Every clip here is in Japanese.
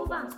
番。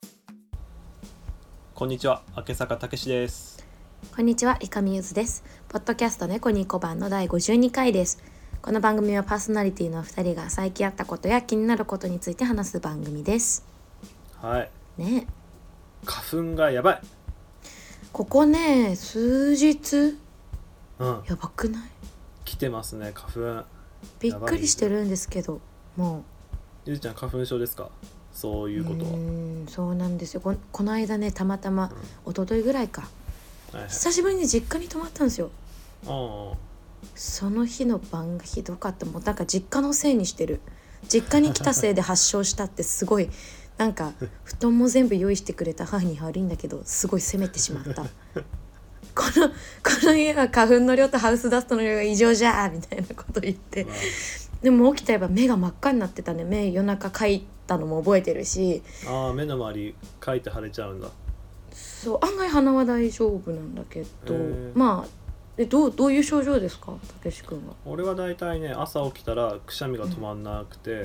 こんにちは、明坂武史です。 こんにちは、いかみゆずです。ポッドキャスト猫に小判の第52回です。この番組はパーソナリティの2人が最近あったことや気になることについて話す番組です。 はいね、 花粉がやばい。 ここね、数日やばくない？ 来てますね、花粉。 びっくりしてるんですけど、もうゆずちゃん花粉症ですか？そういうことは。 そうなんですよ。この間ね、たまたま、一昨日ぐらいか、 はいはい、 久しぶりに実家に泊まったんですよ。 あその日の晩がひどかった。もうなんか実家のせいにしてる。実家に来たせいで発症したってすごいなんか布団も全部用意してくれた母に悪いんだけど、すごい責めてしまったこの家は花粉の量とハウスダストの量が異常じゃーみたいなこと言って、でも起きたら目が真っ赤になってたね。目夜中かいたのも覚えてるし、 目の周りかいて腫れちゃうんだ。 そう、案外鼻は大丈夫なんだけど、まあどういう症状ですか、たけし君は？ 俺はだいたいね、朝起きたらくしゃみが止まんなくて、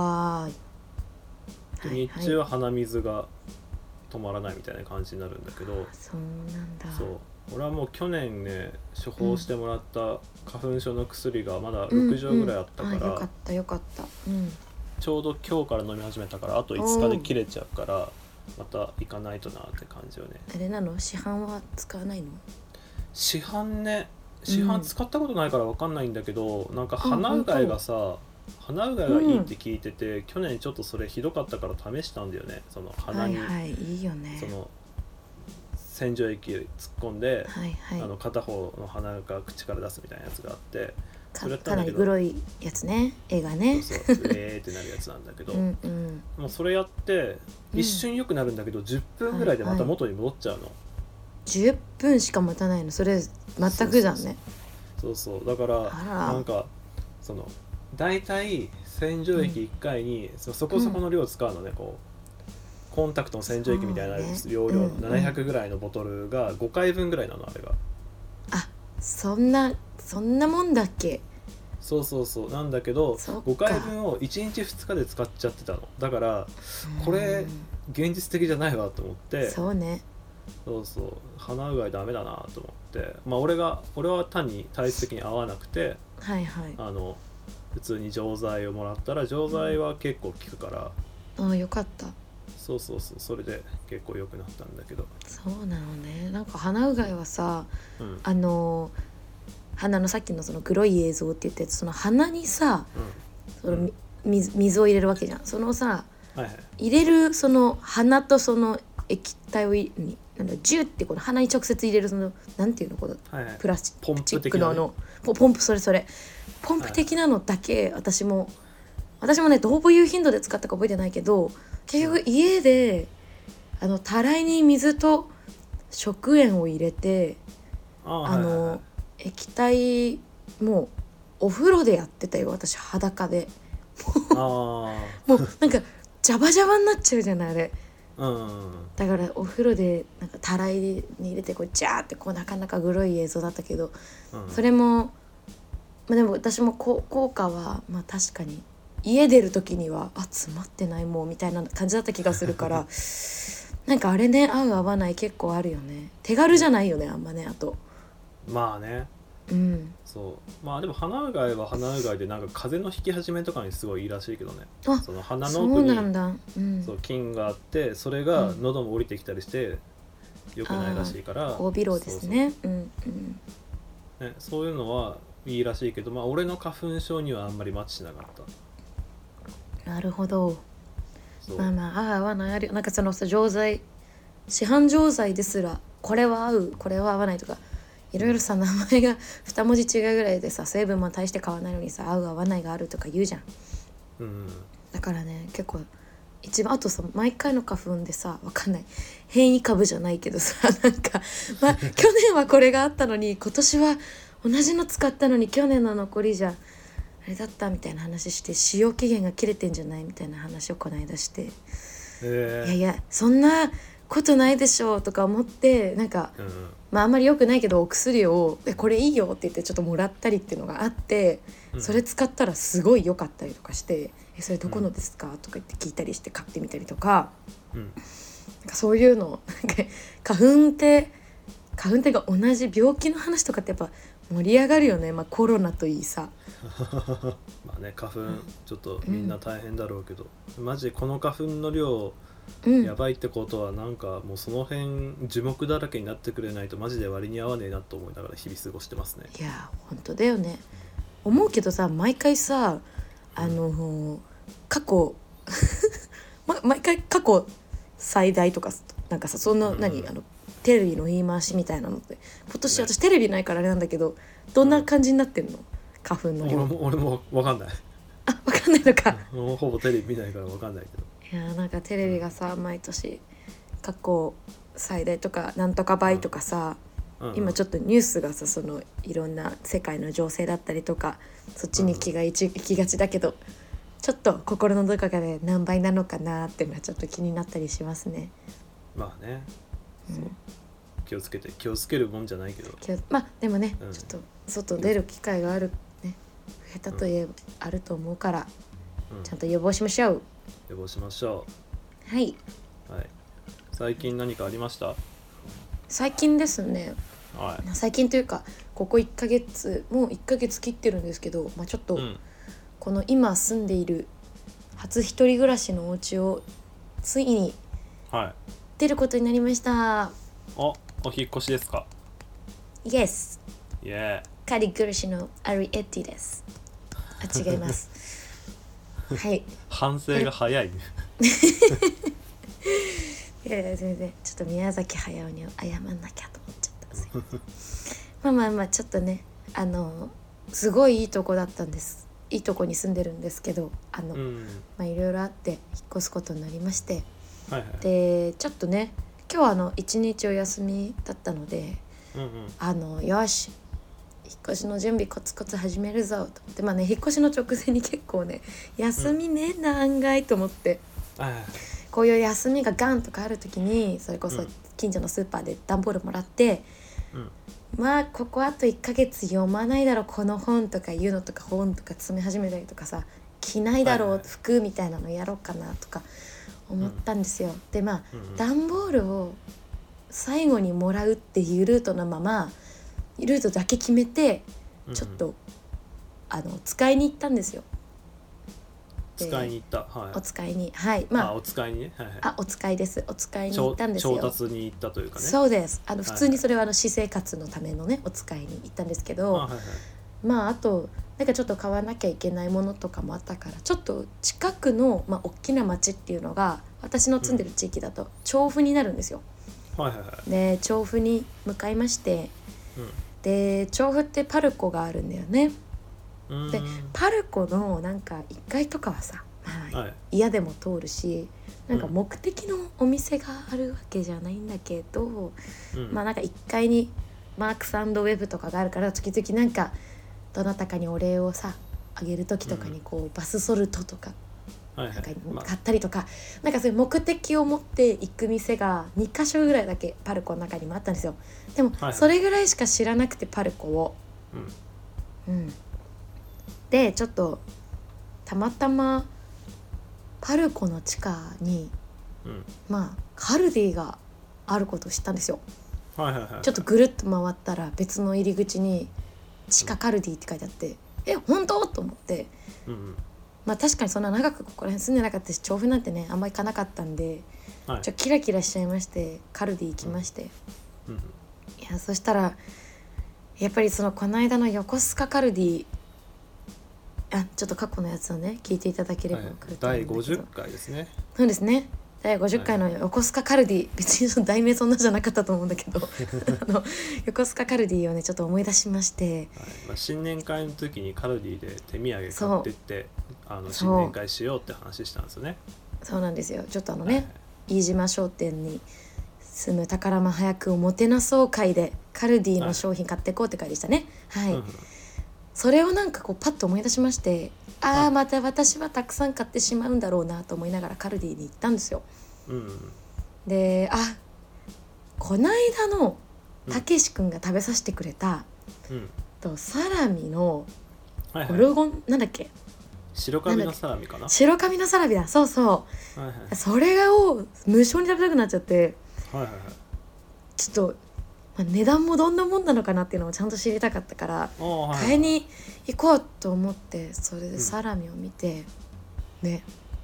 日中は鼻水が止まらないみたいな感じになるんだけど、 そうなんだ。 そう俺はもう去年ね処方してもらった花粉症の薬がまだ6錠ぐらいあったから、 よかったよかった、 ちょうど今日から飲み始めたからあと5日で切れちゃうからまた行かないとなって感じよね。 あれなの？市販は使わないの？ 市販使ったことないから分かんないんだけど、なんか鼻うがいが鼻うがいがいいって聞いてて、去年ちょっとそれひどかったから試したんだよね。その鼻に、 いいよね、 その洗浄液突っ込んで、片方の鼻が口から出すみたいなやつがあって、それやったんだけどかなりグロいやつね、絵がね、 そうってなるやつなんだけどもうそれやって一瞬良くなるんだけど、10分ぐらいでまた元に戻っちゃうの。 10分しか持たないの？それ全くじゃんね。 そうだからなんかそのだいたい洗浄液1回にそこそこの量使うのね、こうコンタクトの洗浄液みたいな容量、700ぐらいのボトルが5回分ぐらいなの、あれが。 そんなもんだっけ？ そうなんだけど5回分を1日2日で使っちゃってたの。だからこれ現実的じゃないわと思って、 そうね、 鼻うがいダメだなと思って、俺は単に体質的に合わなくて、普通に錠剤をもらったら錠剤は結構効くから、 よかった。 それで結構良くなったんだけど。 そうなのね。なんか鼻うがいはさ、鼻のさっきのその黒い映像って言ったやつ、その鼻にさ、その水を入れるわけじゃん。そのさ、入れるその鼻とその液体をなんだジュってこの鼻に直接入れるそのなんていうの、このプラスチックのポンプ、それポンプ的なのだけ、私もねどういう頻度で使ったか覚えてないけど、結局家でたらいに水と食塩を入れて液体もうお風呂でやってたよ、私裸でもうなんかジャバジャバになっちゃうじゃないあれ、だからお風呂でなんかたらいに入れてこうジャーってこうなかなかグロい映像だったけど、それもでも私も効果は確かに家出る時には詰まってないもうみたいな感じだった気がするからなんかあれね、合う合わない結構あるよね。手軽じゃないよね、あんまね。あとそうでも鼻うがいは鼻うがいでなんか風邪のひき始めとかにすごいいいらしいけどね。その鼻の奥に菌があって、それが喉も降りてきたりして良くないらしいから、 交尾漏ですね。 そういうのはいいらしいけど、俺の花粉症にはあんまりマッチしなかった。 なるほど。合わないあるよ。なんかそのさ、錠剤、市販錠剤ですらこれは合うこれは合わないとかいろいろさ、名前が2文字違いぐらいでさ、成分も大して変わらないのにさ、合う合わないがあるとか言うじゃん。だからね、結構一番あとさ、毎回の花粉でさ、わかんない変異株じゃないけどさ、なんか去年はこれがあったのに今年は同じの使ったのに去年の残りじゃあれだったみたいな話して、使用期限が切れてんじゃないみたいな話をこの間して、いやそんなことないでしょうとか思ってなんか、 うんまああんまり良くないけどお薬をこれいいよって言ってちょっともらったりっていうのがあって、 うんそれ使ったらすごい良かったりとかしてそれどこのですかとか言って聞いたりして買ってみたりとか、 うんなんかそういうのなんか花粉ってが同じ病気の話とかってやっぱ盛り上がるよね、まあ、コロナといいさまあね花粉ちょっとみんな大変だろうけど、マジでこの花粉の量やばいってことはなんかもうその辺樹木だらけになってくれないとマジで割に合わねえなと思いながら日々過ごしてますね。 いや本当だよね。思うけどさ毎回さ過去毎回過去最大とかなんかさそんなテレビの言い回しみたいなのって今年私テレビないからあれなんだけどどんな感じになってんの、花粉の量。 俺も分かんない。 分かんないのか。 もうほぼテレビ見ないから分かんないけど、 いやなんかテレビがさ毎年過去最大とかなんとか倍とかさ、今ちょっとニュースがさそのいろんな世界の情勢だったりとかそっちに気が行きがちだけど、ちょっと心のどこかで何倍なのかなっていうのはちょっと気になったりしますね。 まあね、そう気をつけるもんじゃないけど、 まあでもね、 うん、 ちょっと外出る機会があるね増えたといえばあると思うから、ちゃんと予防しましょう。 予防しましょはい、 はい、最近何かありました？ 最近ですね、 はい、 最近というかここ1ヶ月もう1ヶ月切ってるんですけど、まあ、ちょっとこの今住んでいる初一人暮らしのお家をついに出ることになりました。 お引っ越しですか？ イエス。 イエー仮暮らしのアリエッティです。違いますはい反省が早いねいや全然ちょっと宮崎駿に謝んなきゃと思っちゃったまあちょっとねすごいいいとこだったんです。いいとこに住んでるんですけどまあいろいろあって引っ越すことになりまして、 はいはい、 でちょっとね今日一日お休みだったので、よし引っ越しの準備コツコツ始めるぞと思って、まあね引っ越しの直前に結構ね休みねえな案外と思って、こういう休みがガンとかある時にそれこそ近所のスーパーで段ボールもらって、まあここあと1ヶ月読まないだろこの本とかいうのとか本とか詰め始めたりとかさ着ないだろう服みたいなのやろうかなとか思ったんですよ。でまあ段ボールを最後にもらうっていうルートのままルートだけ決めてちょっと使いに行ったんですよ。 使いに行った、はい、 お使いにはいまあお使いにね、はいはい、 お使いです。お使いに行ったんですよ。 調達に行ったというかね。 そうです。普通にそれは私生活のためのねお使いに行ったんですけど、まああとなんかちょっと買わなきゃいけないものとかもあったからちょっと近くの大きな町っていうのが私の住んでる地域だと調布になるんですよ。で調布に向かいまして、で調布ってパルコがあるんだよね。でパルコのなんか1階とかはさ、嫌でも通るしなんか目的のお店があるわけじゃないんだけど、まあなんか1階にマークス&ウェブとかがあるから時々なんかどなたかにお礼をさあげる時とかにこうバスソルトとかなんか買ったりとか、なんかそういう目的を持って行く店が2カ所ぐらいだけパルコの中にもあったんですよ。でもそれぐらいしか知らなくてパルコを、でちょっとたまたまパルコの地下に、まあカルディがあることを知ったんですよ。ちょっとぐるっと回ったら別の入り口に地下カルディって書いてあって、本当と思って、まあ確かにそんな長くここら辺住んでなかったし調布なんてねあんまり行かなかったんで、ちょっとキラキラしちゃいましてカルディ行きまして、いやそしたらやっぱりそのこの間の横須賀カルディちょっと過去のやつをね聞いていただければ分かると思うんだけど、 第50回ですね。 そうですね、第50回の横須賀カルディ、別にその題名そんなじゃなかったと思うんだけど横須賀カルディをねちょっと思い出しまして、 新年会の時にカルディで手土産買ってって新年会しようって話したんですよね。 そうなんですよ。ちょっと飯島商店に住む宝間早くをもてなそう会でカルディの商品買っていこうって会でしたね。それをなんかこうパッと思い出しまして、また私はたくさん買ってしまうんだろうなと思いながらカルディに行ったんですよ。 でこないだのたけし君が食べさせてくれた、サラミのゴルゴン、なんだっけ、 白カビのサラミかな。 白カビのサラミだ、そうそう、それを無性に食べたくなっちゃって、ちょっと、値段もどんなもんなのかなっていうのをちゃんと知りたかったから買いに行こうと思って、それでサラミを見て、ね、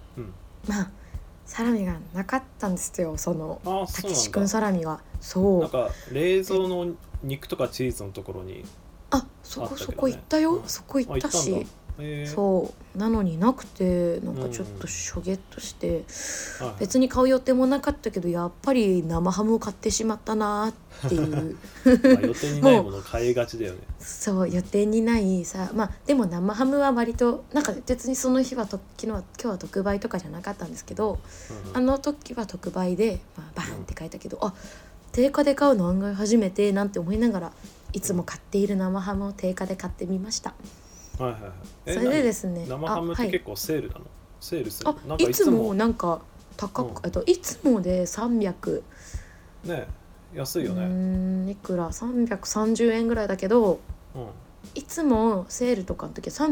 サラミがなかったんですよ、そのたけし君サラミは。そうなんか冷蔵の肉とかチーズのところにそこ行ったよ、そこ行ったし、そうなのになくて、なんかちょっとしょげっとして、別に買う予定もなかったけど、やっぱり生ハムを買ってしまったなっていう予定にないもの買いがちだよね。 そう予定にないさ、でも生ハムは割となんか別にその日は今日は特売とかじゃなかったんですけど、あの時は特売で、バーンって書いたけど、定価で買うの案外初めてなんて思いながら、いつも買っている生ハムを定価で買ってみました。それでですね、 生ハムって結構セールなの？セールする？なんかいつもなんか高く、いつもで300 ね、安いよね。 いくら330円ぐらいだけど、いつもセールとかの時は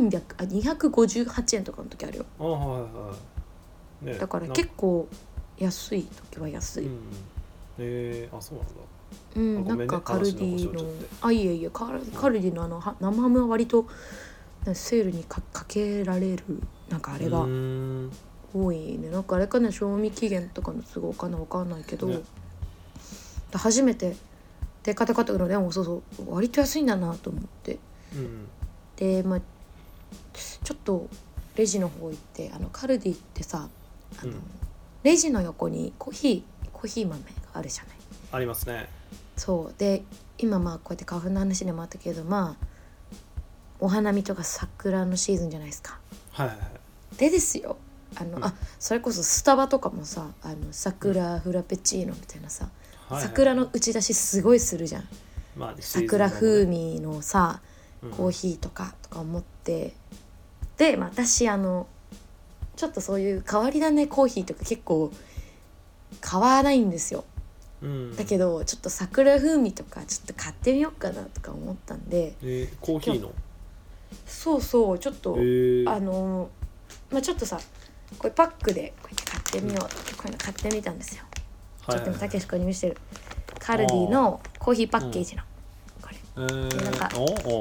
258円とかの時あるよ。だから結構安い時は安い。 そうなんだ。 なんかカルディのいえカルディの生ハムは割とセールにかけられる、なんかあれが多いね。なんかあれかね、賞味期限とかの都合かな、分かんないけど、初めて定価で買ったので、そう割と安いんだなと思って、でちょっとレジの方行って、カルディってさ、レジの横にコーヒー豆があるじゃない。 ありますね。そうで今こうやって花粉の話でもあったけど、お花見とか桜のシーズンじゃないですか。でですよ、それこそスタバとかもさ、桜フラペチーノみたいなさ、桜の打ち出しすごいするじゃん。桜風味のさ、コーヒーとか思って、で、私ちょっとそういう変わり種コーヒーとか結構買わないんですよ。だけどちょっと桜風味とかちょっと買ってみようかなとか思ったんで、 コーヒーのそうちょっとちょっとさ、これパックでこうやって買ってみようってこういうの買ってみたんですよ。ちょっとたけし君に見せてるカルディのコーヒーパッケージのこれ、なんか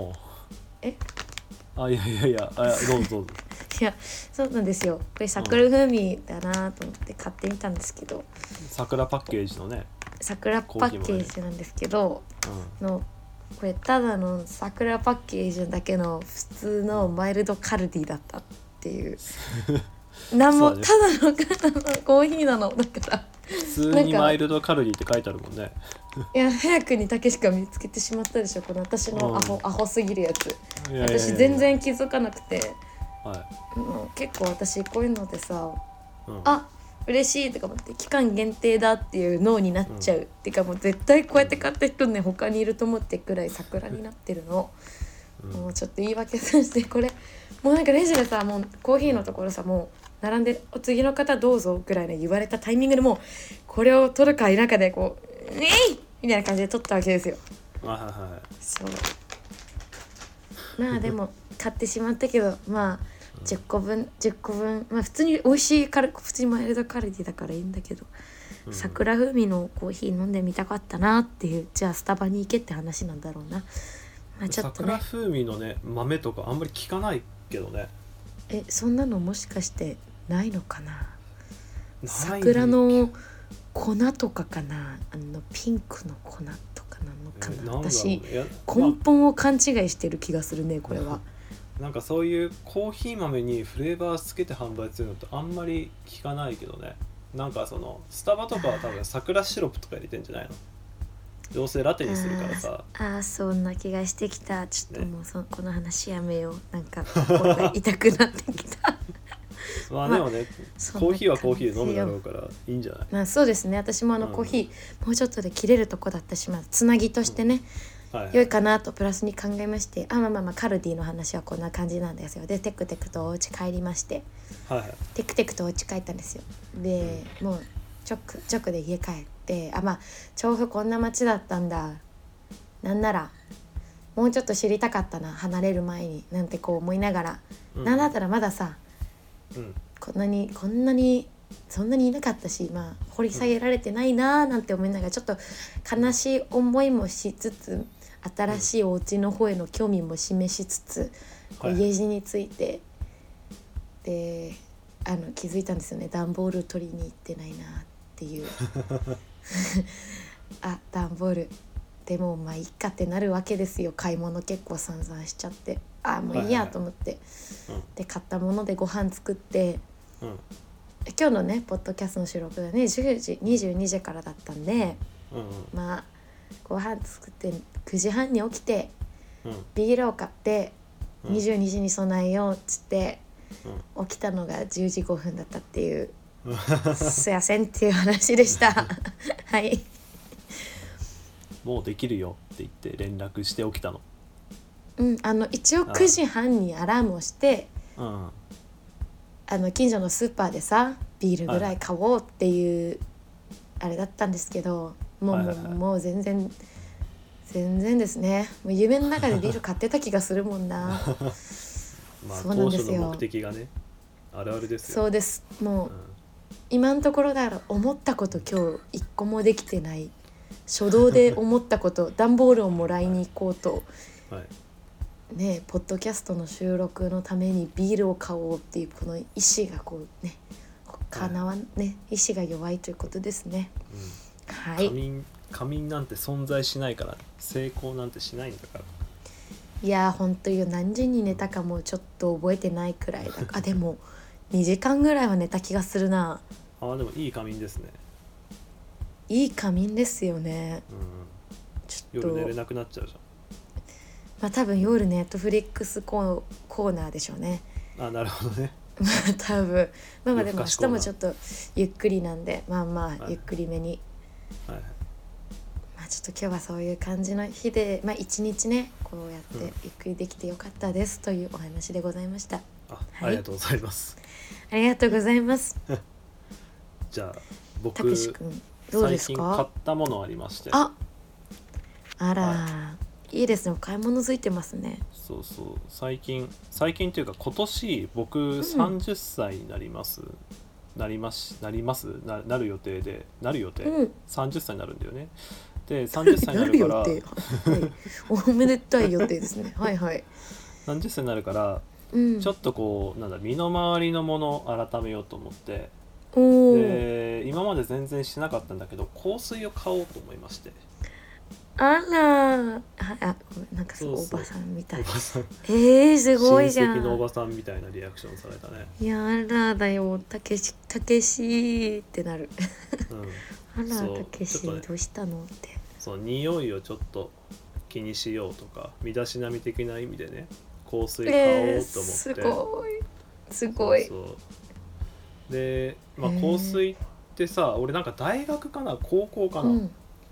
いやどうぞいや、そうなんですよ。これ桜風味だなと思って買ってみたんですけど、 桜パッケージのね、 桜パッケージなんですけど、これただの桜パッケージだけの普通のマイルドカルディだったっていうなんもただのコーヒーなのだから、 普通にマイルドカルディって書いてあるもんね。 いや、早くにたけし君見つけてしまったでしょ、この私のアホすぎるやつ。私全然気づかなくて、結構私こういうのでさ、嬉しいとか思って期間限定だっていう脳になっちゃう、ってかもう絶対こうやって買った人ね他にいると思ってくらい桜になってるの、もうちょっと言い訳させて、これもうなんかレジでさ、もうコーヒーのところさ、もう並んでお次の方どうぞぐらいの言われたタイミングでもうこれを取るか否かでこうみたいな感じで取ったわけですよ。そうでも買ってしまったけど、10個分、普通に美味しい普通にマイルドカルディだからいいんだけど、桜風味のコーヒー飲んでみたかったなっていう、じゃあスタバに行けって話なんだろうな。ちょっとね、 桜風味のね豆とかあんまり聞かないけどね。 そんなのもしかしてないのかな。桜の粉とかかな、ピンクの粉とかなのかな。私根本を勘違いしてる気がするね、これは。 なんかそういうコーヒー豆にフレーバーつけて販売するのってあんまり聞かないけどね。なんかそのスタバとかは多分桜シロップとか入れてんじゃないの？どうせラテにするからさ。 そんな気がしてきた。ちょっともうこの話やめよう。なんか心が痛くなってきた。 でもね、コーヒーはコーヒーで飲むだろうからいいんじゃない？ そうですね。私もコーヒーもうちょっとで切れるとこだったし、つなぎとしてね、良いかなとプラスに考えまして、カルディの話はこんな感じなんですよ。でテクテクとお家帰りまして、テクテクとお家帰ったんですよ。でもう直で家帰って、まあ調布こんな街だったんだ、なんならもうちょっと知りたかったな離れる前になんてこう思いながら、なんだったらまださ、こんなにそんなにいなかったし、まあ掘り下げられてないななんて思いながら、ちょっと悲しい思いもしつつ、新しいお家の方への興味も示しつつ、家路についてで気づいたんですよね。段ボール取りに行ってないなっていう段ボールでもまあいいかってなるわけですよ。買い物結構散々しちゃって、もういいやと思って、で買ったものでご飯作って、今日のねポッドキャストの収録がね22時からだったんで、まあご飯作って9時半に起きて、ビールを買って22時に備えようっつって、起きたのが10時5分だったっていうすやせんっていう話でしたはい。 もうできるよって言って連絡して起きたの。 一応9時半にアラームをして、近所のスーパーでさビールぐらい買おうっていうあれだったんですけど、もう全然ですね。もう夢の中でビール買ってた気がするもんなまあ当初の目的がね、あるあるですよ。 そうです。もう、今のところだから思ったこと今日一個もできてない。初動で思ったこと段ボールをもらいに行こうと、ね、ポッドキャストの収録のためにビールを買おうっていうこの意志がこうね、意志が弱いということですね。はい。 仮眠なんて存在しないから、成功なんてしないんだから。 いや本当よ、何時に寝たかもちょっと覚えてないくらいだでも2時間ぐらいは寝た気がするな。 でもいい仮眠ですね。 いい仮眠ですよね。 ちょっと夜寝れなくなっちゃうじゃん。 まあ多分夜ネットフリックスコーナーでしょうね。 なるほどね多分でも明日もちょっとゆっくりなんで、ゆっくりめに、ちょっと今日はそういう感じの日で、一日ねこうやってゆっくりできてよかったですというお話でございました。 ありがとうございます。 ありがとうございますじゃあ僕たけし君どうですか？ 最近買ったものありまして。 あら、いいですね。買い物ついてますね。 そう最近というか今年僕30歳になります、なる予定、30歳になるんだよね。で30歳になるからおめでたい予定ですねはいはい。 30歳になるから、ちょっとこう身の回りのものを改めようと思って、で今まで全然しなかったんだけど香水を買おうと思いまして。 なんかそうおばさんみたい。すごいじゃん。 親戚のおばさんみたいなリアクションされたね。 やらだよ、たけしってなるたけしどうしたのって。 そう匂いをちょっと気にしようとか身だしなみ的な意味でね香水買おうと思って、 すごいで、香水ってさ、俺なんか大学かな高校かな、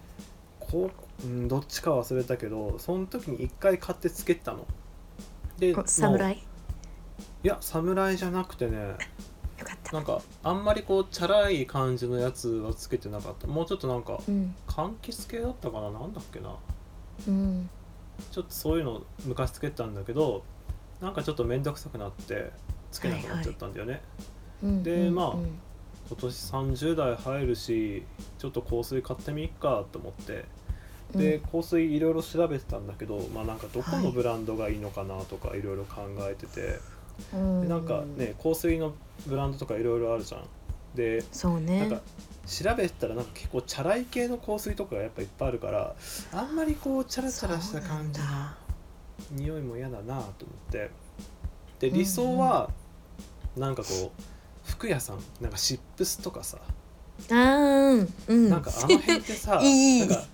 どっちか忘れたけどその時に一回買ってつけたので、 侍？ いや侍じゃなくてね、 よかった。 なんかあんまりこうチャラい感じのやつはつけてなかった。もうちょっとなんか、柑橘系だったかな、なんだっけな、ちょっとそういうの昔つけてたんだけど、なんかちょっと面倒くさくなってつけなくなっちゃったんだよね。で今年30代入るしちょっと香水買ってみっかと思って、で香水いろいろ調べてたんだけど、なんかどこのブランドがいいのかなとかいろいろ考えてて、でなんかね香水のブランドとかいろいろあるじゃん。でそうね、 なんか調べてたらなんか結構チャラい系の香水とかがやっぱいっぱいあるから、あんまりこうチャラチャラした感じの匂いも嫌だなと思って、で理想はなんかこう服屋さんなんかシップスとかさ、なんかあの辺ってさなんか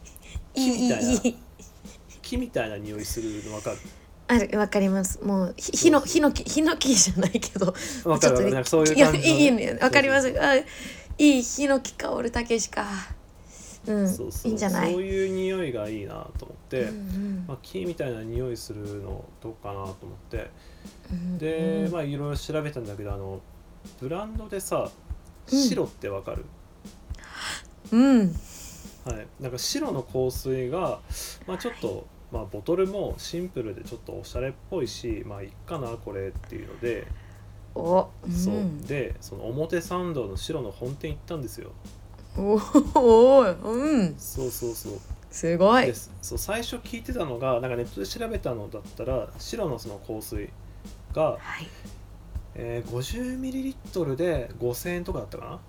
木みたいな匂いするの分かる？ わかります。もうヒノキじゃないけど分かる、なんかそういう感じの、 いいね、わかります。いいヒノキ香るたけしか、いいんじゃない？ そういう匂いがいいなと思って、木みたいな匂いするのどうかなと思って、でいろいろ調べたんだけど、ブランドでさ白ってわかる？ うん、 はい、なんか白の香水が、まあ、ちょっと、まあ、ボトルもシンプルでちょっとおしゃれっぽいし、まあいっかなこれっていうので、 お、うん、 そうでその表参道の白の本店行ったんですよ。 おお、うん、 そうそうそう。 すごい。 そう最初聞いてたのがなんかネットで調べたのだったら白のその香水が、 はい、 50ml で5000円とかだったかな。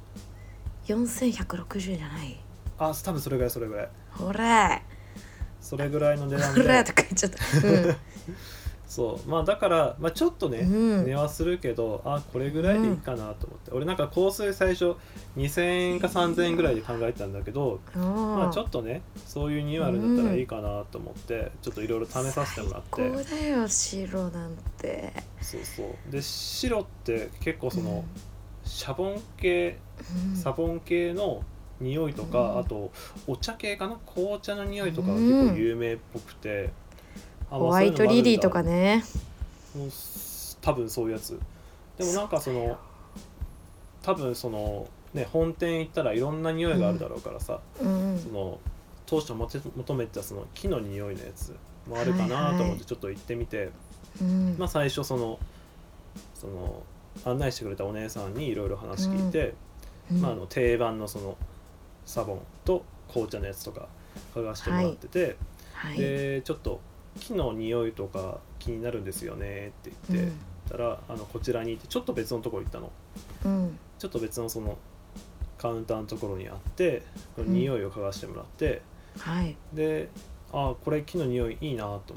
4160円じゃない？ あ、多分それぐらいほらそれぐらいの値段ほらでとか言っちゃった、うん、 そうまあだから、まあ、ちょっとね、 うん、 値はするけどこれぐらいでいいかなと思って、俺なんか香水最初2000円か3000円ぐらいで考えてたんだけど、まあちょっとねそういう匂いあるんだったらいいかなと思って、ちょっといろいろ試させてもらって。 最高だよ白なんて。 そうそうで白って結構その、シャボン系、サボン系の匂いとか、あとお茶系かな、紅茶の匂いとかが結構有名っぽくて、 ホワイトリリーとかね、 もう多分そういうやつでもなんかその多分そのね本店行ったらいろんな匂いがあるだろうからさ、その当初求めてたその木の匂いのやつもあるかなと思ってちょっと行ってみて、まあ最初その案内してくれたお姉さんにいろいろ話聞いて、まあ、定番のそのサボンと紅茶のやつとか嗅がしてもらってて、でちょっと木の匂いとか気になるんですよねって言ってたら、こちらにいてちょっと別のところ行ったの、ちょっと別のそのカウンターのところにあって匂いを嗅がしてもらって、でこれ木の匂いいいなと思って、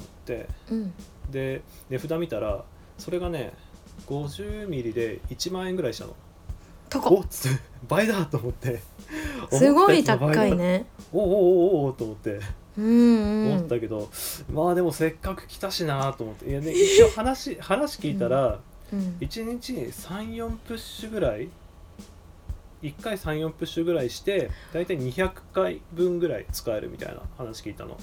で値札見たらそれがね50ミリで1万円ぐらいしたの。おっつって倍だと思ってすごい高いね。 おと思って思ったけど、まあでもせっかく来たしなと思って、いや、ね、一応話聞いたら、1日 3,4 プッシュぐらい1回 3,4 プッシュぐらいしてだいたい200回分ぐらい使えるみたいな話聞いたの。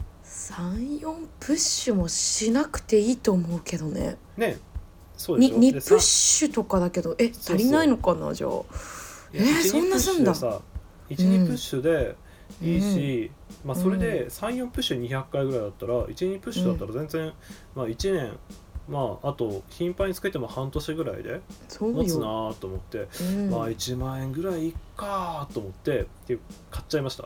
3,4 プッシュもしなくていいと思うけどね。 そうでしょ。 2プッシュとかだけど足りないのかなじゃあ。そんなすんだ。 1、2プッシュでいいし、まあそれで 3,4 プッシュ200回ぐらいだったら 1,2 プッシュだったら全然、まあ1年、まああと頻繁につけても半年ぐらいで持つなと思って、まあ1万円ぐらいいっかと思って買っちゃいました。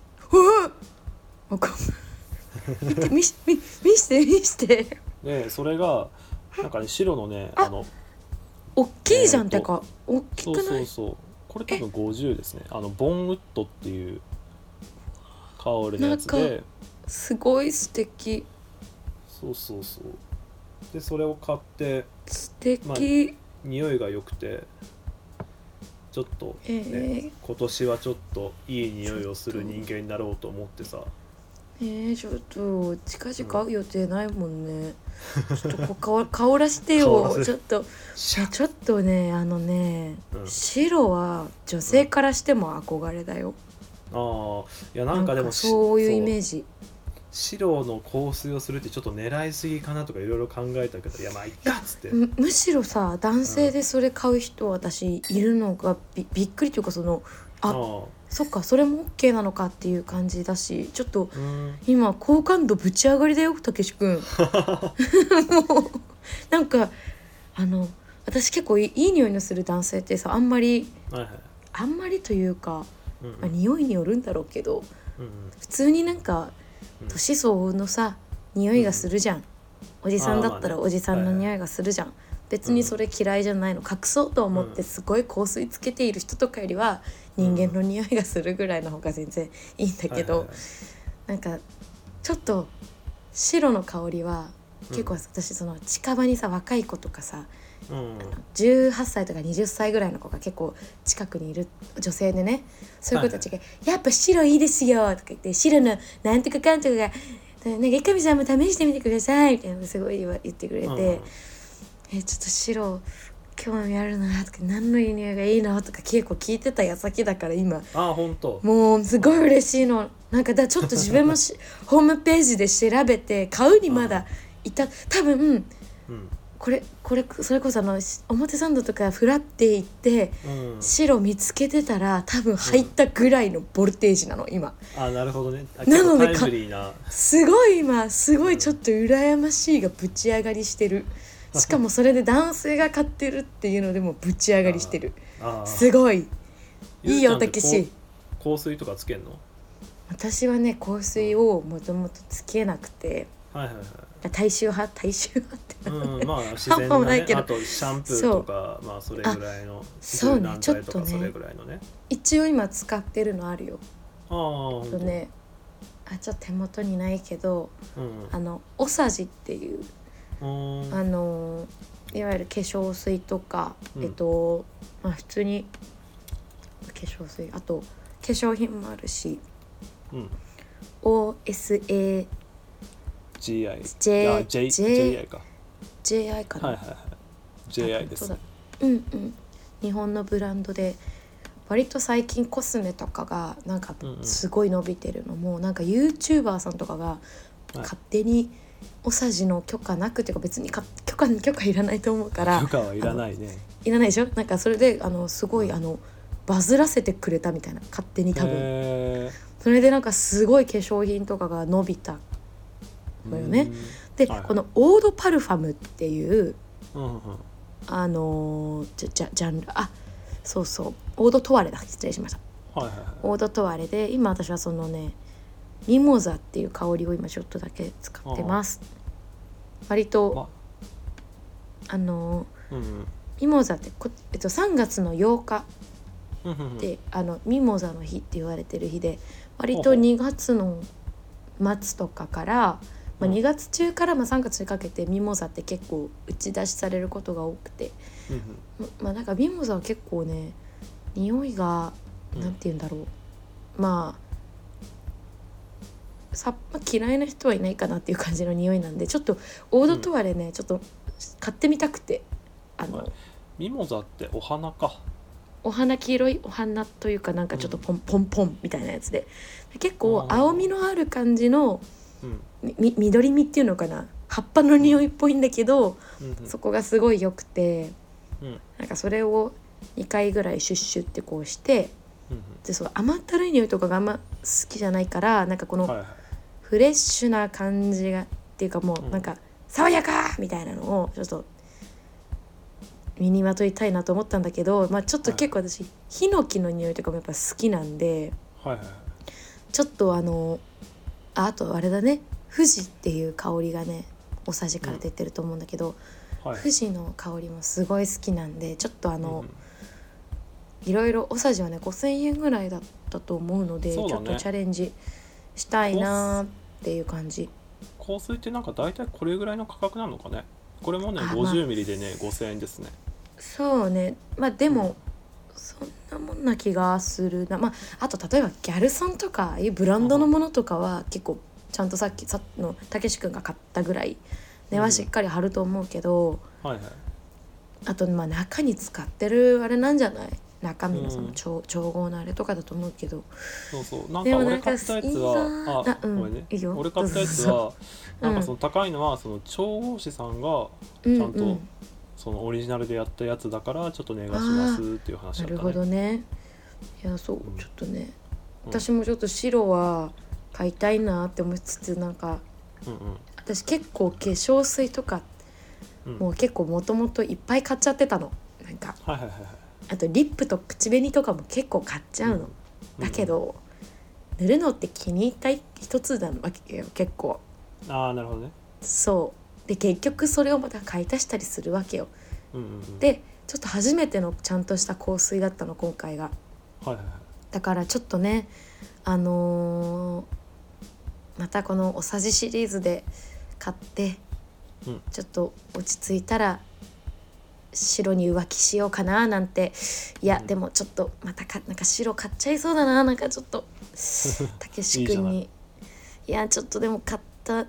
見してでそれがなんかね白のね大きいじゃんってか大きくない？ そうこれ多分50ですね。ボンウッドっていう香りのやつですごい素敵。 そうでそれを買って素敵、 まあ、匂いが良くてちょっとね、今年はちょっといい匂いをする人間になろうと思ってさ。 ちょっと近々会う予定ないもんね。ちょっとこう香らしてよ。ちょっとね白は女性からしても憧れだよ。 いやなんかでもそういうイメージ。 白の香水をするってちょっと狙いすぎかなとかいろいろ考えたけど、いやまあいっかっつって。 むしろさ男性でそれ買う人私いるのがびっくりというか、そのそっかそれも OK なのかっていう感じだし、ちょっと今好感度ぶち上がりだよたけしくん。もうなんか私結構いい匂いのする男性ってさあんまりというか、匂いによるんだろうけど、普通になんか年相応のさ匂いがするじゃん。おじさんだったらおじさんの匂いがするじゃん。別にそれ嫌いじゃないの。隠そうと思ってすごい香水つけている人とかよりは人間の匂いがするぐらいの方が全然いいんだけど、なんかちょっと白の香りは結構私その近場にさ若い子とかさ、18歳とか20歳ぐらいの子が結構近くにいる女性でね、そういう子たちがやっぱ白いいですよとか言って、白のなんとかかんとかがなんか江上さんも試してみてくださいみたいなすごい言ってくれて、ちょっと白興味あるなとか何のいい匂いがいいのとか結構聞いてた矢先だから今本当もうすごい嬉しいの。なんかちょっと自分もホームページで調べて買うにまだ多分これそれこそ表参道とかフラって行って、うん、白見つけてたら多分入ったぐらいのボルテージなの今。 あ、なるほどね。 なのですごい今すごいちょっと羨ましいがぶち上がりしてる。しかもそれで男性が買ってるっていうのでもぶち上がりしてる。すごいいいよたけし。 香水とかつけんの？ 私はね香水をもともとつけなくて、 はいはいはい、 大衆派ってうん、まあ自然な、ね、あとシャンプーとかまあそれぐらいの、 そうね、ちょっとねそれぐらいのね、 一応今使ってるのあるよ。 とね、ちょっと手元にないけど、うん、オサジっていう、いわゆる化粧水とか、まあ、普通に化粧水、あと化粧品もあるし、 うん、 OSAGI JI か JI かな、 はいはいはい、JI です。 うんうん、日本のブランドで割と最近コスメとかがなんかすごい伸びてるのも、なんか YouTuber さんとかが勝手にオサジの許可なくっていうか、別に許可いらないと思うから、 許可はいらないね、 いらないでしょ。なんかそれですごいバズらせてくれたみたいな、勝手に多分それでなんかすごい化粧品とかが伸びたのよね。で、はいはい、このオードパルファムっていう、 うんうん、 ジャンル、そうそうオードトワレだ、失礼しました、 はいはいはい、 オードトワレで今私はそのねミモザっていう香りを今ちょっとだけ使ってます。割とうんうん、 ミモザって3月の8日でミモザの日って言われてる日で、割と2月の末とかから、まあ、2月中から3月にかけてミモザって結構打ち出しされることが多くて、まあなんかミモザは結構ね匂いがなんて言うんだろう、まあ嫌いな人はいないかなっていう感じの匂いなんで、ちょっとオードトワレね、ちょっと買ってみたくて、 ミモザってお花か、 お花、黄色いお花というか、なんかちょっとポンポンポンみたいなやつで、結構青みのある感じの、緑みっていうのかな、葉っぱの匂いっぽいんだけど、そこがすごい良くて、なんかそれを2回ぐらいシュッシュってこうして、でそう甘ったるい匂いとかがあんま好きじゃないから、なんかこのフレッシュな感じがっていうか、もうなんか爽やかみたいなのをちょっと身にまといたいなと思ったんだけど、まあ、ちょっと結構私、ヒノキの匂いとかもやっぱ好きなんで、ちょっとあとあれだね、富士っていう香りがねオサジから出てると思うんだけど、富士の香りもすごい好きなんで、ちょっといろいろオサジはね5000円ぐらいだったと思うので、ちょっとチャレンジしたいなっていう感じ。 香水ってなんか大体これぐらいの価格なのかね。これもね 50ml でね5000円ですね。 そうね、まあでも、そんなもんな気がするな。まああと例えばギャルソンとかいうブランドのものとかは結構ちゃんとさっのたけし君が買ったぐらい根はしっかり張ると思うけど、あとまあ中に使ってるあれなんじゃない、中身のその調合のあれとかだと思うけど、 そうなんか俺買ったやつはごめんね、俺買ったやつはなんかその高いのはその調合師さんがちゃんとそのオリジナルでやったやつだからちょっと値がしますっていう話だったね。 なるほどね。いやそう、ちょっとね、私もちょっと白は買いたいなって思いつつ、なんか、私結構化粧水とか、もう結構もともといっぱい買っちゃってたの、なんか、あとリップと口紅とかも結構買っちゃうの、だけど、塗るのって気に入った一つなわけよ結構。 なるほどね。 そうで結局それをまた買い足したりするわけよ、でちょっと初めてのちゃんとした香水だったの今回が、だからちょっとねまたこのおさじシリーズで買って、ちょっと落ち着いたら白に浮気しようかななんて。いや、でもちょっとまたなんか白買っちゃいそうだな、なんかちょっとたけし君にいやちょっとでも買った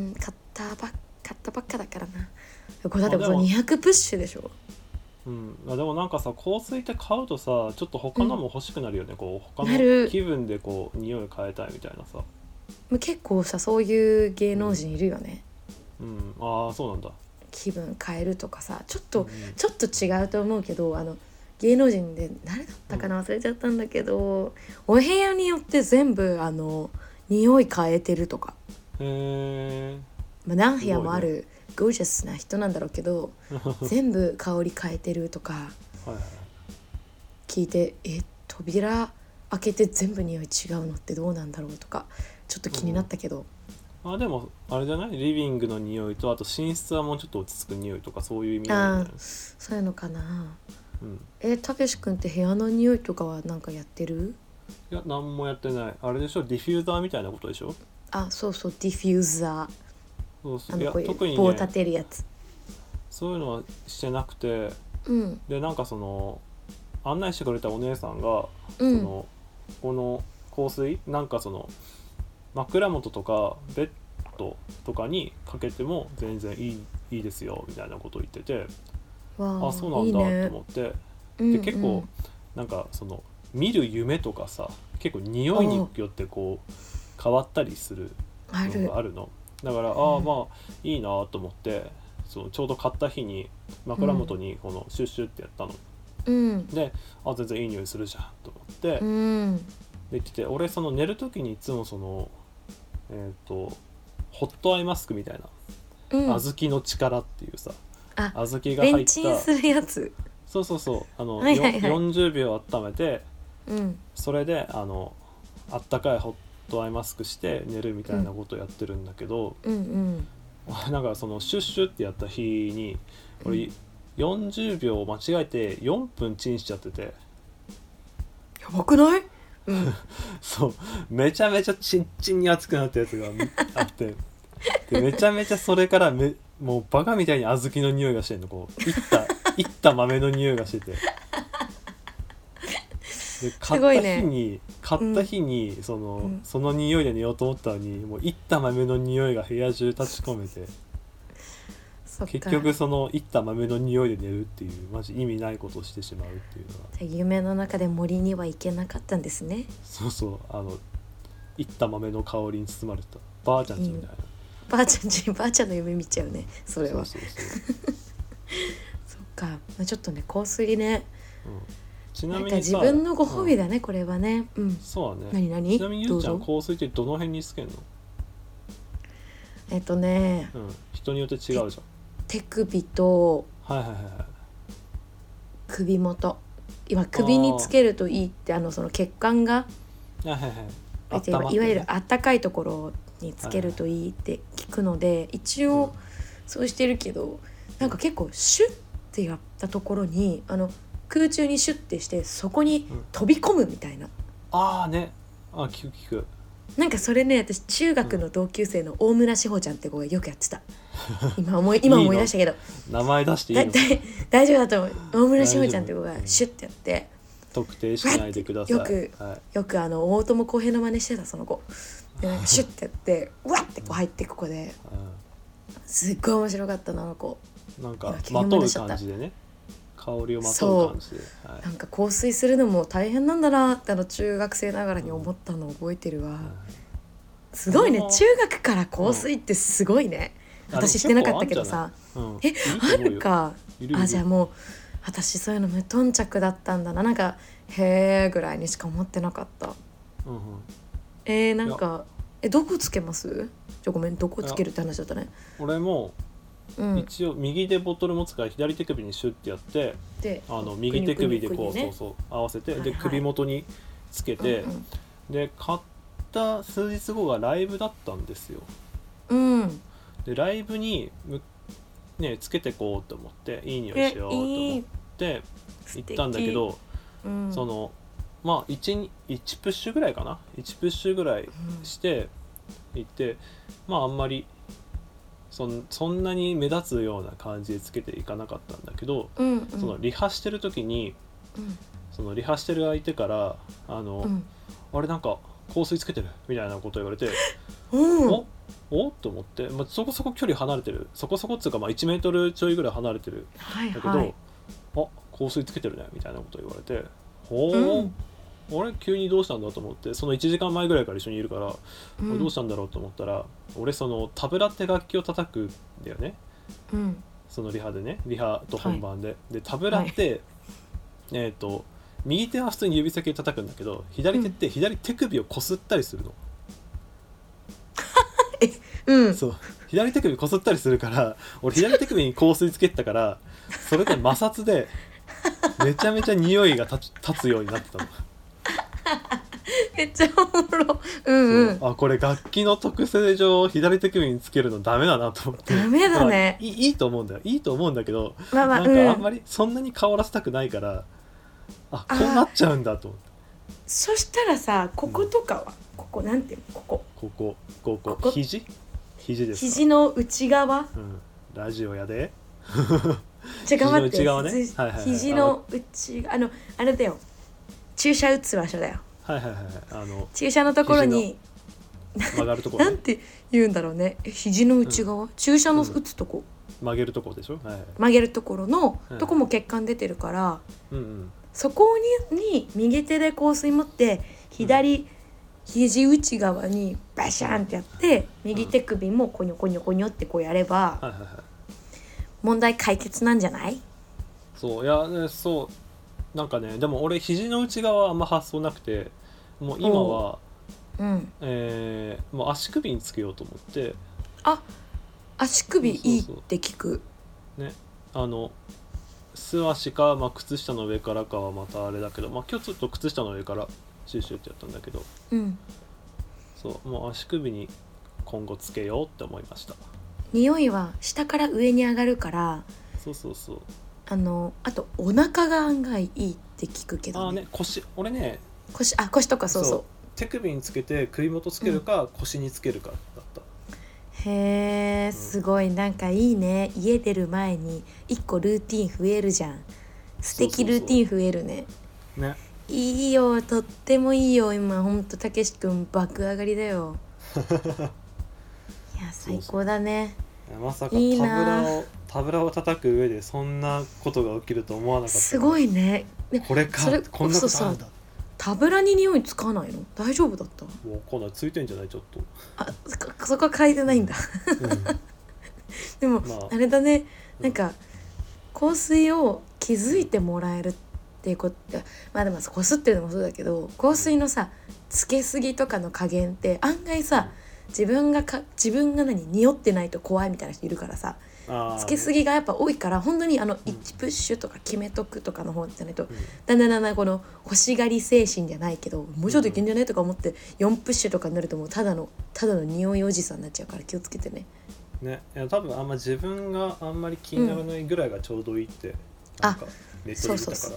ばっかだからな。これだって200プッシュでしょ。 でもなんかさ、香水って買うとさちょっと他のも欲しくなるよね、こう他の気分でこう匂い変えたいみたいなさ。 結構さそういう芸能人いるよね。 ああそうなんだ。 気分変えるとかさ、ちょっと違うと思うけど、芸能人で誰だったかな、忘れちゃったんだけど、お部屋によって全部匂い変えてるとか。何部屋もあるゴージャスな人なんだろうけど全部香り変えてるとか聞いて、扉開けて全部匂い違うのってどうなんだろうとかちょっと気になったけど、 でもあれじゃない、リビングの匂いとあと寝室はもうちょっと落ち着く匂いとかそういう意味なんじゃない？ そういうのかな。たけし君って部屋の匂いとかはなんかやってる？ いや、何もやってない。あれでしょ、ディフューザーみたいなことでしょ？ そうそう、ディフューザー。 いや、特にね、 棒立てるやつ。 そういうのはしてなくて、でなんかその案内してくれたお姉さんが、この香水なんかその枕元とかベッドとかにかけても全然いいですよみたいなことを言ってて、そうなんだと思って、で結構なんかその見る夢とかさ、結構匂いによってこう変わったりするのがあるの。だからまあいいなと思って、そのちょうど買った日に枕元にこのシュッシュってやったの、で全然いい匂いするじゃんと思って、できて、俺その寝る時にいつもそのホットアイマスクみたいな、小豆の力っていうさ、小豆が入ったレンチンするやつ。 そう40秒温めて、それであったかいホットアイマスクして寝るみたいなことをやってるんだけど、なんかそのシュッシュってやった日に俺40秒間違えて4分チンしちゃってて、 やばくない？ そう、めちゃめちゃチンチンに熱くなったやつがあってでめちゃめちゃそれからもうバカみたいに小豆の匂いがしてんの、こういった豆の匂いがしてて、で買った日にその匂いで寝ようと思ったのに、もういった豆の匂いが部屋中立ち込めて、結局そのいった豆の匂いで寝るっていうマジ意味ないことをしてしまうっていうのが。 夢の中で森には行けなかったんですね。 そういった豆の香りに包まれたばあちゃんちみたいな。 ばあちゃんの夢見ちゃうね、それは。そっか、ちょっとね、香水ね、 ちなみになんか自分のご褒美だね、これはね。 そうだね。 何ちなみにゆうちゃん、香水ってどの辺につけんの？人によって違うじゃん。 手首と首元、今首につけるといいって、その血管がいわゆるあったかいところにつけるといいって聞くので、一応そうしてるけど、なんか結構シュッてやったところに空中にシュッてしてそこに飛び込むみたいな、 聞くなんかそれね、私中学の同級生の大村志保ちゃんって子がよくやってた。今思い出したけど名前出していいの？ 大丈夫だと思う。大村志保ちゃんって子がシュッてやって、 特定しないでください。よく大友康平の真似してた、その子で、なんかシュッてやってうわってこう入っていく子で、すっごい面白かったな、あの子。 なんかまとう感じでね、香りをまとう感じで、 なんか香水するのも大変なんだなって中学生ながらに思ったのを覚えてるわ。すごいね、中学から香水ってすごいね。私してなかったけどさ、あるか。じゃあもう私そういうの無頓着だったんだな。なんかへーぐらいにしか思ってなかった。なんかどこつけます？ごめん、どこつけるって話だったね。 俺も一応右でボトル持つから左手首にシュッてやって、で右手首でこう合わせて、で首元につけて、で買った数日後がライブだったんですよ。でライブにつけてこうと思って、いい匂いしようと思って行ったんだけど、そのまあ 1プッシュぐらいかな、1プッシュぐらいして行って、あんまりそんなに目立つような感じでつけていかなかったんだけど、そのリハしてる時に、そのリハしてる相手からあれなんか香水つけてるみたいなこと言われて、おと思って、そこそこ距離離れてる、そこそこっつうか1メートルちょいぐらい離れてるんだけど、香水つけてるねみたいなこと言われて、俺急にどうしたんだと思って、その1時間前ぐらいから一緒にいるから、俺どうしたんだろうと思ったら、俺そのタブラって楽器を叩くんだよね。 そのリハでね、リハと本番で、でタブラって、右手は普通に指先で叩くんだけど、左手って左手首をこすったりするの、そう左手首こすったりするから、俺左手首に香水つけてたから、それで摩擦でめちゃめちゃ匂いが立つようになってたのめっちゃおもろ。うんうん。 あ、これ楽器の特性上左手首につけるのダメだなと思って。 ダメだね。 いいと思うんだよ。いいと思うんだけど、 まあまあ、 なんかあんまりそんなに変わらせたくないから、こうなっちゃうんだと思って。 そしたらさ、こことかは、ここなんていうの、ここ肘ですか。 肘の内側、 ラジオやで肘の内側ね、 肘の内側、あれだよ、注射打つ場所だよ。注射のところに曲がるところ、ね、 なんて言うんだろうね、肘の内側、注射の打つとこ、 曲げるところでしょ、 曲げるところのとこも血管出てるから、そこに右手で香水持って肘内側にバシャンってやって、右手首もコニョコニョコニョってこうやれば、問題解決なんじゃない？ そういや、ね、そうなんかね、でも俺肘の内側はあんま発想なくて、もう今は、もう足首につけようと思って。 あ、足首いいって聞く。 ね、素足か、靴下の上からかはまたあれだけど、今日ちょっと靴下の上からシュシュってやったんだけど、そうもう足首に今後つけようって思いました。 匂いは下から上に上がるから、 そうあとお腹が案外いいって聞くけどね。 俺ね、 腰とか、そう手首につけて首元つけるか、腰につけるかだった。 へえ、すごい、なんかいいね。家出る前に1個ルーティン増えるじゃん。素敵ルーティン増えるね。いいよ、とってもいいよ。今ほんとたけし君爆上がりだよいや最高だね。 まさかタブラを叩く上でそんなことが起きると思わなかった。 すごいね。 これか、こんなことあるんだ。 タブラに匂いつかないの？大丈夫だった？ もうこんなついてんじゃない？ちょっとそこは嗅いでないんだでも、あれだね、なんか香水を気づいてもらえるっていうこと、でもこすってるのもそうだけど、香水のさつけすぎとかの加減って案外さ、自分が匂ってないと怖いみたいな人いるからさ、つけすぎがやっぱ多いから、本当に1プッシュとか決めとくとかの方じゃないと、だんだんこの欲しがり精神じゃないけど、もうちょっといけんじゃねとか思って4プッシュとかになると、もうただの匂いおじさんになっちゃうから気をつけてね。 ね、いや多分自分があんまり気にならないぐらいがちょうどいいって、なんかネットで見たから。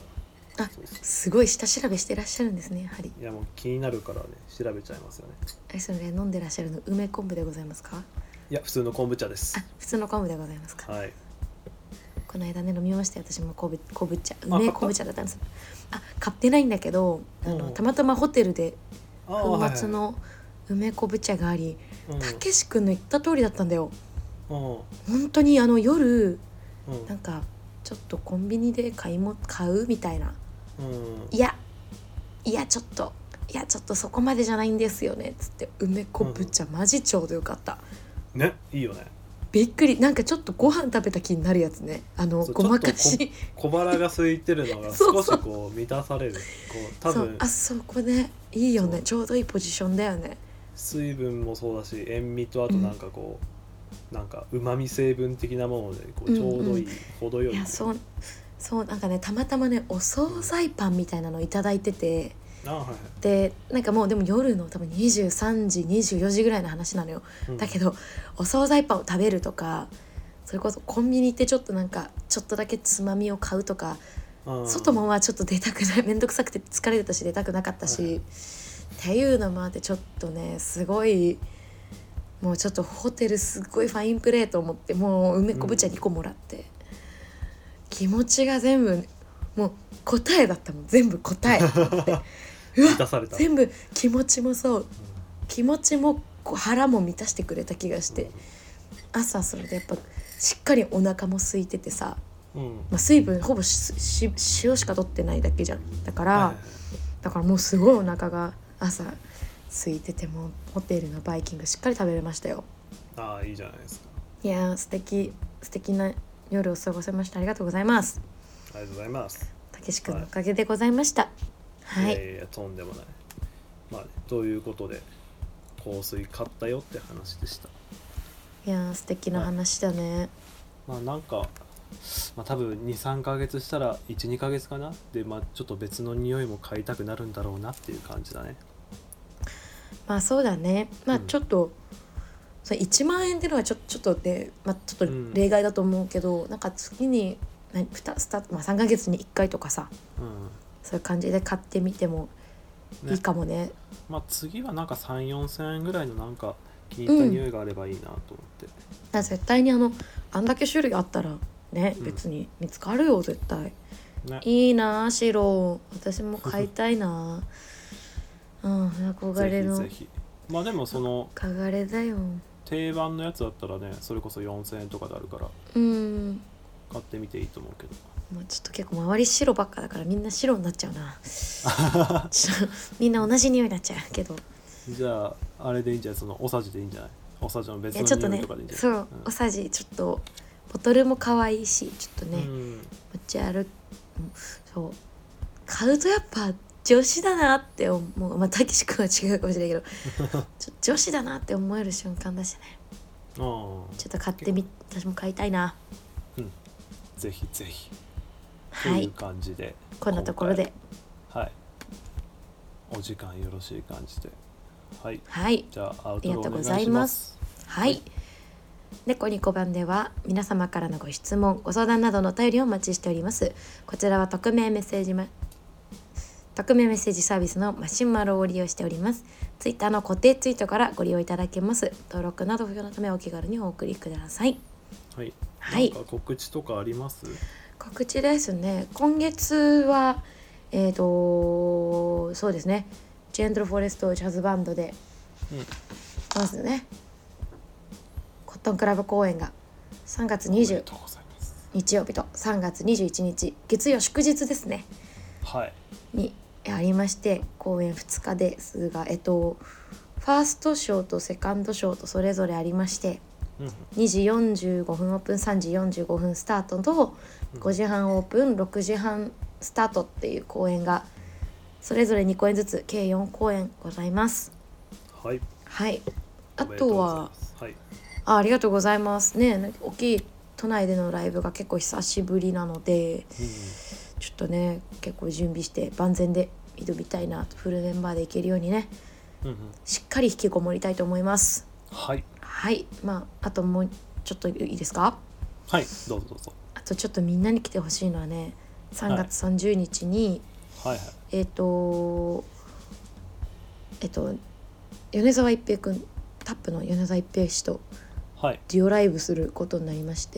すごい下調べしてらっしゃるんですね、やはり。 いやもう気になるからね、調べちゃいますよね。 それ飲んでらっしゃるの梅昆布でございますか？ いや普通の昆布茶です。 普通の昆布でございますか？ はい。 この間ね飲みましたよ、私も昆布茶、梅昆布茶だったんです。買ってないんだけど、たまたまホテルで粉末の梅昆布茶があり、たけし君の言った通りだったんだよ。本当に夜、なんかちょっとコンビニで買うみたいな、いやちょっとそこまでじゃないんですよねっつって、梅昆布茶、マジちょうどよかったね。いいよね。 びっくり、なんかちょっとご飯食べた気になるやつね。ごまかし小腹が空いてるのが少しこう満たされる。多分そこでいいよね。ちょうどいいポジションだよね。 水分もそうだし、塩味とあとなんかなんか旨味成分的なものでちょうどいい、程よい。いやそうなんかね、たまたまねお惣菜パンみたいなのいただいてて、でなんかもうでも夜の多分23時24時ぐらいの話なのよ、だけどお惣菜パンを食べるとか、それこそコンビニ行ってちょっとだけつまみを買うとか、外もちょっと出たくない、めんどくさくて疲れてたし出たくなかったし、っていうのもあって、ちょっとねすごいもうちょっとホテルすごいファインプレーと思って、もう梅昆布茶2個もらって、気持ちが全部もう答えだったもん、全部答えと思ってうわ全部気持ちもそう、気持ちも腹も満たしてくれた気がして、朝それでやっぱしっかりお腹も空いててさ、水分ほぼ塩しか取ってないだけじゃん、だからもうすごいお腹が朝空いてて、もホテルのバイキングしっかり食べれましたよ。 いいじゃないですか。 いや素敵な夜を過ごせました。ありがとうございます。 ありがとうございます。 たけし君のおかげでございました。はい、 とんでもない。まあということで香水買ったよって話でした。 いや素敵な話だね。 まあなんか、多分 2,3 ヶ月したら 1,2 ヶ月かなで、ちょっと別の匂いも買いたくなるんだろうなっていう感じだね。 まあそうだね。ちょっと、それ1万円っていうのはちょっとで、ちょっと例外だと思うけど、なんか月に3ヶ月に1回とかさ、そういう感じで買ってみてもいいかもね。 次はなんか 3,4 千円ぐらいのなんか気に入った匂いがあればいいなと思って、 絶対にあんだけ種類あったらね、別に見つかるよ絶対、ね、いいな白、私も買いたいな憧れの。 ぜひぜひ。でもその憧れだよ。 定番のやつだったらね、それこそ 4,000 円とかであるから買ってみていいと思うけど、 もうちょっと結構周り白ばっかだからみんな白になっちゃうなみんな同じ匂いになっちゃうけど、 じゃああれでいいんじゃない、そのおさじでいいんじゃない、おさじの別の匂いとかでいいんじゃない。 そう、おさじちょっとボトルも可愛いし、ちょっとね、持ち歩く。そう買うとやっぱ女子だなって思う。たけし君は違うかもしれないけど女子だなって思える瞬間だしね。ちょっと買ってみ、私も買いたいな。 ぜひぜひ。 はい、 という感じでこんなところで、 お時間よろしい感じで、じゃあアウトロありがとうごお願いしざいま。 ます猫ニコ版では皆様からのご質問ご相談などのお便りをお待ちしております。こちらは匿名メッセージサービスのマシュマロを利用しております。ツイッターの固定ツイートからご利用いただけます。登録など不要のためお気軽にお送りください。 なんか告知とかあります？ 告知ですね。今月はそうですね、ジェントルフォレストジャズバンドで、まずねコットンクラブ公演が3月20日曜日と3月21日月曜祝日ですね、にありまして、公演2日ですが、ファーストショーとセカンドショーとそれぞれありまして、2時45分オープン、3時45分スタートと5時半オープン6時半スタートっていう公演がそれぞれ2公演ずつ計4公演ございます。あとはありがとうございますね。大きい都内でのライブが結構久しぶりなので、ちょっとね結構準備して万全で挑みたいなと、フルメンバーでいけるようにね、しっかり引きこもりたいと思います。あともうちょっといいですか？ どうぞ。 あとちょっとみんなに来てほしいのはね、3月30日に、米沢一平くん、タップの米沢一平氏とデュオライブすることになりまして、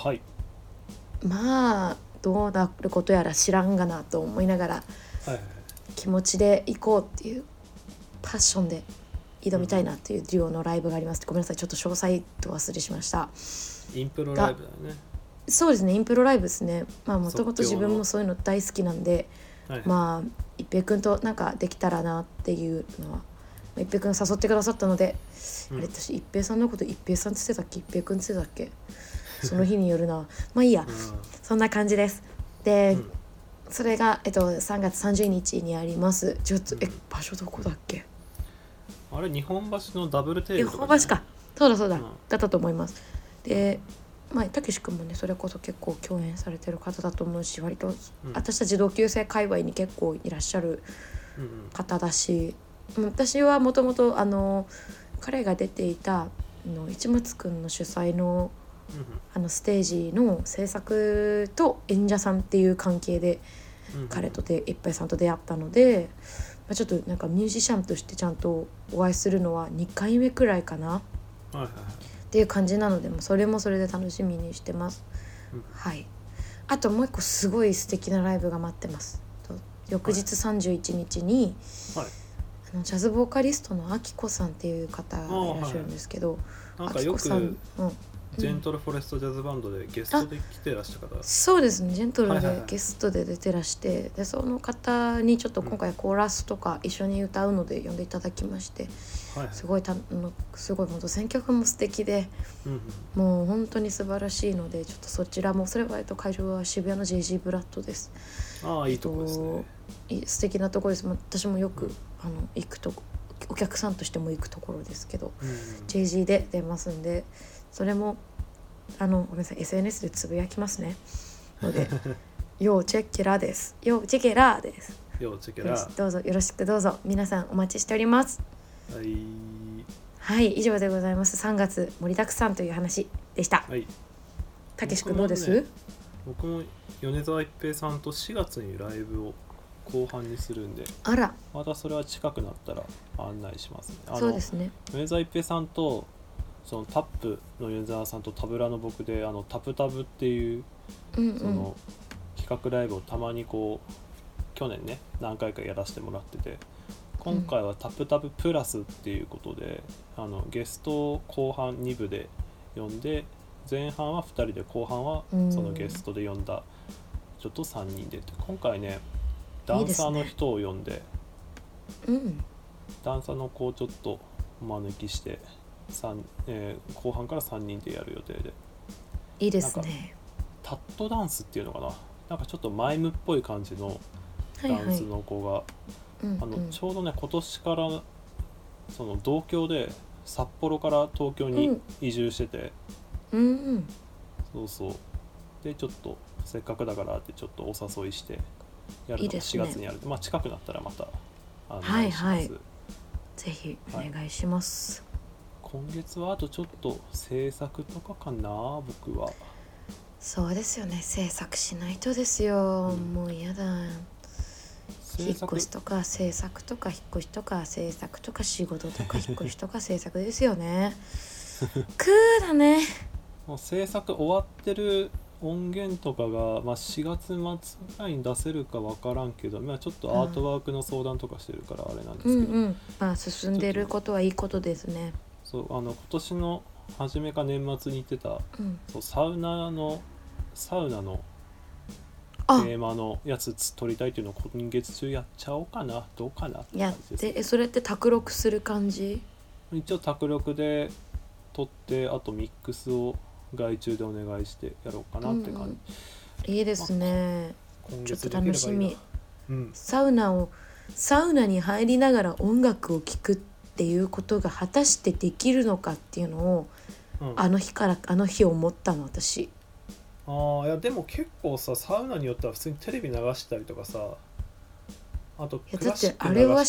どうなることやら知らんがなと思いながら、気持ちで行こうっていうパッションで挑みたいなっていうデュオのライブがあります。ごめんなさい、ちょっと詳細と忘れしました。 インプロライブだね。 そうですね、インプロライブですね。もともと自分もそういうの大好きなんで、一平くんとなんかできたらなっていうのは、一平くん誘ってくださったので、あれ私一平さんのこと一平さんって言ってたっけ、一平くんって言ってたっけその日によるな。いいや、そんな感じです。で、それが、3月30日にあります。場所どこだっけ？ あれ日本橋のダブルテールとか、 日本橋か、そうだ、だったと思います。でたけし君もねそれこそ結構共演されてる方だと思うし、割と私たち同級生界隈に結構いらっしゃる方だし、私はもともと彼が出ていた市松君の主催のステージの制作と演者さんっていう関係で彼と一平さんと出会ったので、ちょっとなんかミュージシャンとしてちゃんとお会いするのは2回目くらいかな、っていう感じなので、それもそれで楽しみにしてます。あともう一個すごい素敵なライブが待ってます。翌日31日に、ジャズボーカリストのあきこさんっていう方がいらっしゃるんですけど、 なんかよくジェントルフォレストジャズバンドでゲストで来てらした方。 そうですね、ジェントルではいはいはいゲストで出てらして、でその方にちょっと今回コーラスとか一緒に歌うので呼んでいただきまして、 はいはい、 すごい本当選曲も素敵で、 うんうん、 もう本当に素晴らしいので、ちょっとそちらも、それは会場は渋谷の JG ブラッドです。 ああいいとこですね。 素敵なところです。私もよく、行くとお客さんとしても行くところですけど、JG で出ますんで、それもごめんなさい SNS でつぶやきますねので要チェッケラです。要チェケラです。 要チェケラ。 どうぞよろしくどうぞ皆さんお待ちしております。 はい。 はい、以上でございます。3月盛りだくさんという話でした。 はい。 たけし君どうです？ 僕も米沢一平さんと4月にライブを後半にするんで、 あら、 またそれは近くなったら案内しますね。 そうですね。 米沢一平さんとそのタップの米沢さんとタブラの僕でタプタブっていう、その企画ライブをたまにこう去年ね何回かやらせてもらってて、今回はタプタブプラスっていうことで、ゲストを後半2部で呼んで、前半は2人で後半はそのゲストで呼んだ人と3人で、今回ねダンサーの人を呼んで、ダンサーの子をちょっとお招きして後半から3人でやる予定で、 いいですね。 タットダンスっていうのかな、なんかちょっとマイムっぽい感じのダンスの子が、ちょうどね今年からその同郷で札幌から東京に移住してて、そうそうでちょっとせっかくだからってちょっとお誘いしてやるのが4月にやる、まあ近くなったらまた案内します。 ぜひお願いします。 今月はあとちょっと制作とかかな、僕は。 そうですよね、制作しないとですよ、もう嫌だ。引っ越しとか制作とか引っ越しとか制作とか仕事とか引っ越しとか制作ですよねクーだね。 もう制作終わってる音源とかが、まあ、4月末ぐらいに出せるか分からんけど、まあ、ちょっとアートワークの相談とかしてるからあれなんですけど、 まあ進んでることはいいことですね。 そう今年の初めか年末に言ってた、そうサウナのテーマのやつ撮りたいっていうのを今月中やっちゃおうかな、どうかなって感じです。 やってそれって卓録する感じ？ 一応卓録で撮って、あとミックスを外注でお願いしてやろうかなって感じ、いいですね、ちょっと楽しみ。サウナに入りながら音楽を聴くっていうことが果たしてできるのかっていうのを、あの日思ったの私。 いやでも結構さ、サウナによっては普通にテレビ流したりとかさ、あとクラシック流したりとか、 だってあれは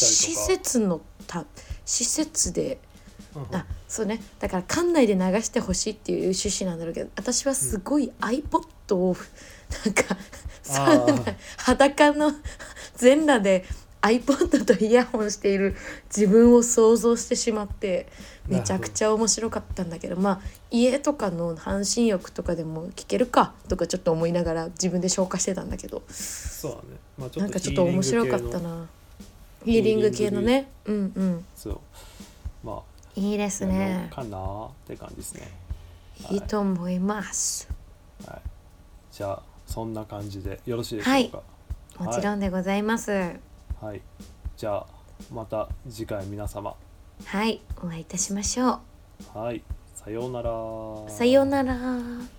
施設で、そうね、だから館内で流してほしいっていう趣旨なんだろうけど、私はすごい iPod をなんかサウナ裸の全裸で iPod とイヤホンしている自分を想像してしまって、めちゃくちゃ面白かったんだけど、まあ家とかの半身浴とかでも聞けるかとかちょっと思いながら自分で消化してたんだけど、 そうだね、まあ、 なんかちょっと面白かったな、ヒーリング系のね。 そうまあいいですねかなって感じですね。 いいと思います、 じゃあそんな感じでよろしいでしょうか？ もちろんでございます。 じゃあまた次回皆様お会いいたしましょう。さようなら。 さようなら。